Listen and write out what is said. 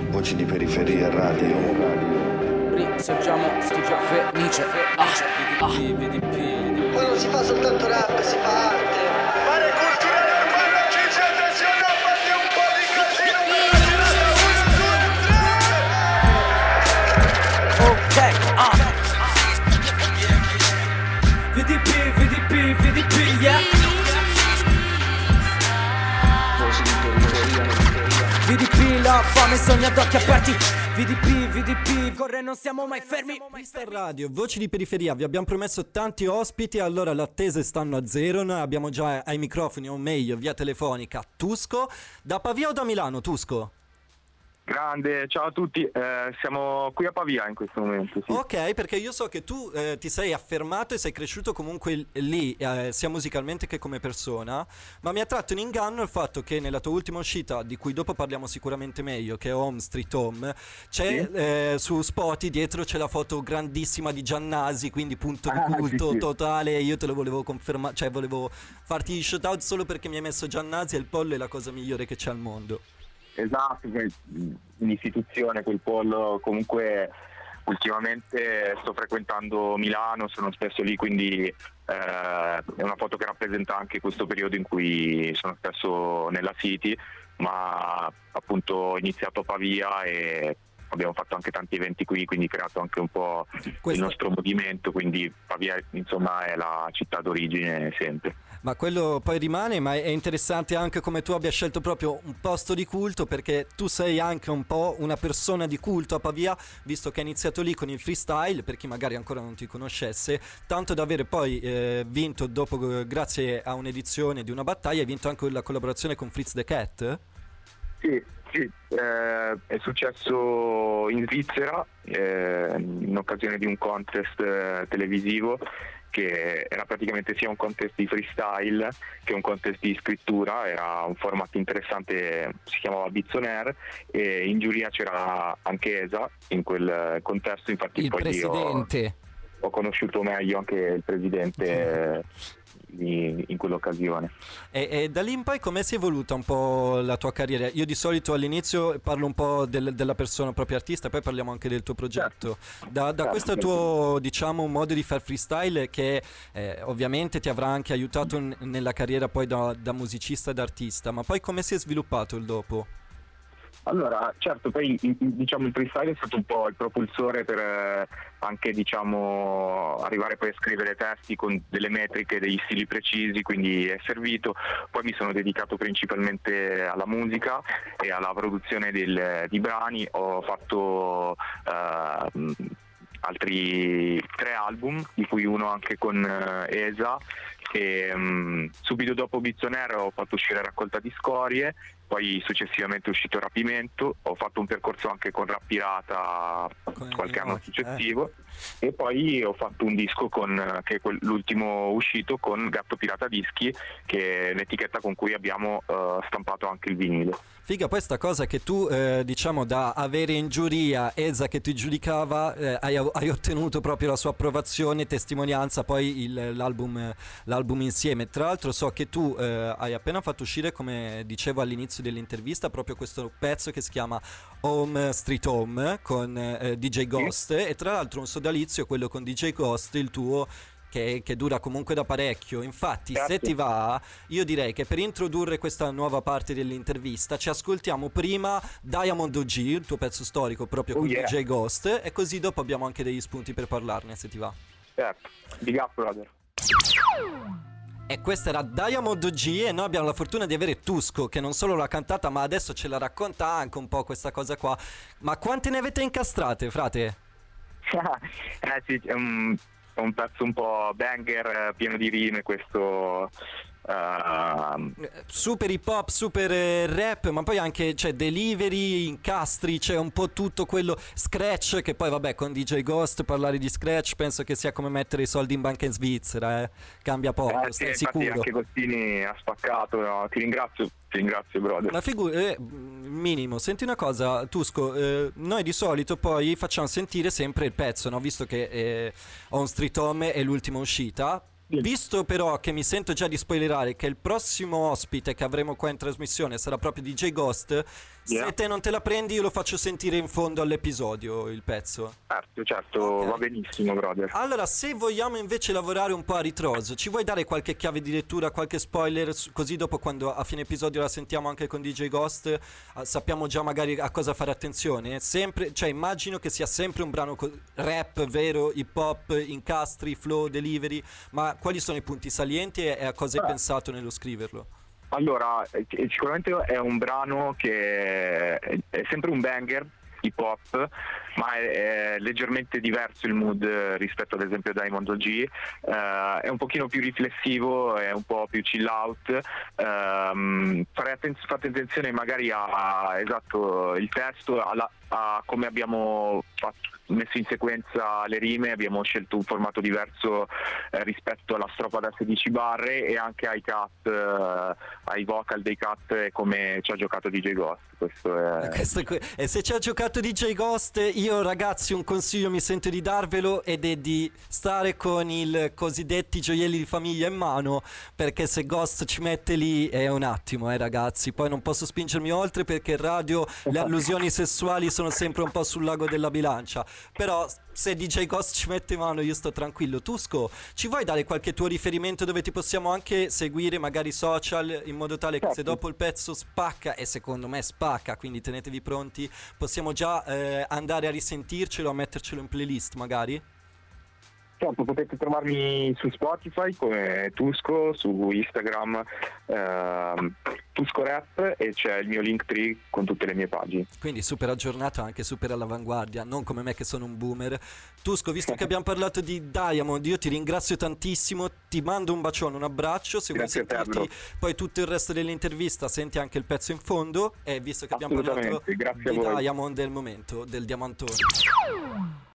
Voci di periferia radio. Risorgiamo tipo Fenice. VDP. Poi non si fa soltanto rap, si fa arte. Mare culturale urbano, Gigi, attenzione a farti un po' di casino. VDP, yeah. Voci di periferia. VDP, la fame sogna ad occhi aperti. VDP, corre non siamo mai fermi. Questa è Radio Voci di Periferia, vi abbiamo promesso tanti ospiti, allora le attese stanno a zero. Noi abbiamo già ai microfoni, o meglio via telefonica, Tusco. Da Pavia o da Milano, Tusco? Grande, ciao a tutti, siamo qui a Pavia in questo momento, sì. Ok, perché io so che tu ti sei affermato e sei cresciuto comunque lì, sia musicalmente che come persona, ma mi ha tratto in inganno il fatto che nella tua ultima uscita, di cui dopo parliamo sicuramente meglio, che è Home Street Home, c'è su Spotify dietro c'è la foto grandissima di Giannasi, quindi punto di culto sì. totale. Io te lo volevo confermare, cioè volevo farti shout out solo perché mi hai messo Giannasi e il pollo è la cosa migliore che c'è al mondo. Esatto, un'istituzione quel pollo. Comunque ultimamente sto frequentando Milano, sono spesso lì, quindi è una foto che rappresenta anche questo periodo in cui sono spesso nella City, ma appunto ho iniziato a Pavia e abbiamo fatto anche tanti eventi qui, quindi creato anche un po' il nostro movimento, quindi Pavia insomma è la città d'origine sempre. Ma quello poi rimane, ma è interessante anche come tu abbia scelto proprio un posto di culto, perché tu sei anche un po' una persona di culto a Pavia, visto che hai iniziato lì con il freestyle, per chi magari ancora non ti conoscesse, tanto da avere poi vinto dopo, grazie a un'edizione di una battaglia, hai vinto anche la collaborazione con Fritz the Cat? Sì, è successo in Svizzera in occasione di un contest televisivo che era praticamente sia un contest di freestyle che un contest di scrittura. Era un format interessante, si chiamava Beats on Air, e in giuria c'era anche Esa in quel contesto, infatti Il poi presidente. ho conosciuto meglio anche il presidente in quell'occasione. E da lì in poi come si è evoluta un po' la tua carriera? Io di solito all'inizio parlo un po' della persona proprio artista, poi parliamo anche del tuo progetto. Da questo tuo, diciamo, modo di fare freestyle che ovviamente ti avrà anche aiutato nella carriera poi da musicista ed artista, ma poi come si è sviluppato il dopo? Allora, certo, poi diciamo il freestyle è stato un po' il propulsore per anche diciamo arrivare poi a scrivere testi con delle metriche, degli stili precisi, quindi è servito. Poi mi sono dedicato principalmente alla musica e alla produzione di brani. Ho fatto altri 3 album, di cui uno anche con Esa, e subito dopo Beats on Air ho fatto uscire Raccolta di Scorie, poi successivamente è uscito Rapimento, ho fatto un percorso anche con Rap Pirata qualche anno successivo, e poi ho fatto un disco che è l'ultimo uscito con Gatto Pirata Dischi, che è l'etichetta con cui abbiamo stampato anche il vinile. Figa, poi sta cosa che tu, diciamo, da avere in giuria Esa che ti giudicava, hai ottenuto proprio la sua approvazione, testimonianza, poi l'album insieme. Tra l'altro so che tu hai appena fatto uscire, come dicevo all'inizio dell'intervista, proprio questo pezzo che si chiama Home Street Home con DJ Ghost, e tra l'altro un sodalizio, quello con DJ Ghost, il tuo, che dura comunque da parecchio. Infatti, Grazie. se ti va, io direi che per introdurre questa nuova parte dell'intervista ci ascoltiamo prima Diamond OG, il tuo pezzo storico proprio con DJ Ghost, e così dopo abbiamo anche degli spunti per parlarne, se ti va. Certo, big up brother. E questa era Diamond OG, e noi abbiamo la fortuna di avere Tusco, che non solo l'ha cantata ma adesso ce la racconta anche un po' questa cosa qua. Ma quante ne avete incastrate, frate? Sì, è un pezzo un po' banger, pieno di rime, questo super hip hop, super rap, ma poi anche c'è delivery, incastri, c'è un po' tutto quello, scratch, che poi vabbè con DJ Ghost parlare di scratch penso che sia come mettere i soldi in banca in Svizzera, cambia poco, stai sicuro? Anche Costini ha spaccato, no? Ti ringrazio brother. Ma minimo. Senti una cosa, Tusco, noi di solito poi facciamo sentire sempre il pezzo, no? Visto che On Street Home è l'ultima uscita, Visto però che mi sento già di spoilerare che il prossimo ospite che avremo qua in trasmissione sarà proprio DJ Ghost, se te non te la prendi io lo faccio sentire in fondo all'episodio, il pezzo. Certo, Ok. va benissimo, brother. Allora, se vogliamo invece lavorare un po' a ritroso, ci vuoi dare qualche chiave di lettura, qualche spoiler, così dopo quando a fine episodio la sentiamo anche con DJ Ghost, sappiamo già magari a cosa fare attenzione? Sempre, cioè immagino che sia sempre un brano rap, vero, hip hop, incastri, flow, delivery, ma quali sono i punti salienti e a cosa hai pensato nello scriverlo? Allora, sicuramente è un brano che è sempre un banger hip hop, ma è leggermente diverso il mood rispetto ad esempio a Diamond OG, è un pochino più riflessivo, è un po' più chill out. Fate attenzione magari a esatto il testo, a come abbiamo messo in sequenza le rime, abbiamo scelto un formato diverso rispetto alla strofa da 16 barre e anche ai cut, ai vocal dei cut, come ci ha giocato DJ Ghost. E se ci ha giocato DJ Ghost, io ragazzi un consiglio mi sento di darvelo, ed è di stare con i cosiddetti gioielli di famiglia in mano, perché se Ghost ci mette lì è un attimo, ragazzi. Poi non posso spingermi oltre perché in radio le allusioni sessuali sono sempre un po' sul lago della bilancia, però se DJ Ghost ci mette in mano io sto tranquillo. Tusco, ci vuoi dare qualche tuo riferimento dove ti possiamo anche seguire, magari social, in modo tale che se dopo il pezzo spacca, e secondo me spacca, quindi tenetevi pronti, possiamo già andare a risentircelo, a mettercelo in playlist magari? Certo, potete trovarmi su Spotify come Tusco, su Instagram Tusco Rap, e c'è il mio Linktree con tutte le mie pagine. Quindi super aggiornato, anche super all'avanguardia, non come me che sono un boomer. Tusco, visto che abbiamo parlato di Diamond, io ti ringrazio tantissimo, ti mando un bacione, un abbraccio. Se Grazie vuoi sentirti poi tutto il resto dell'intervista, senti anche il pezzo in fondo, e visto che abbiamo parlato Grazie di a voi. Diamond del momento, del diamantone.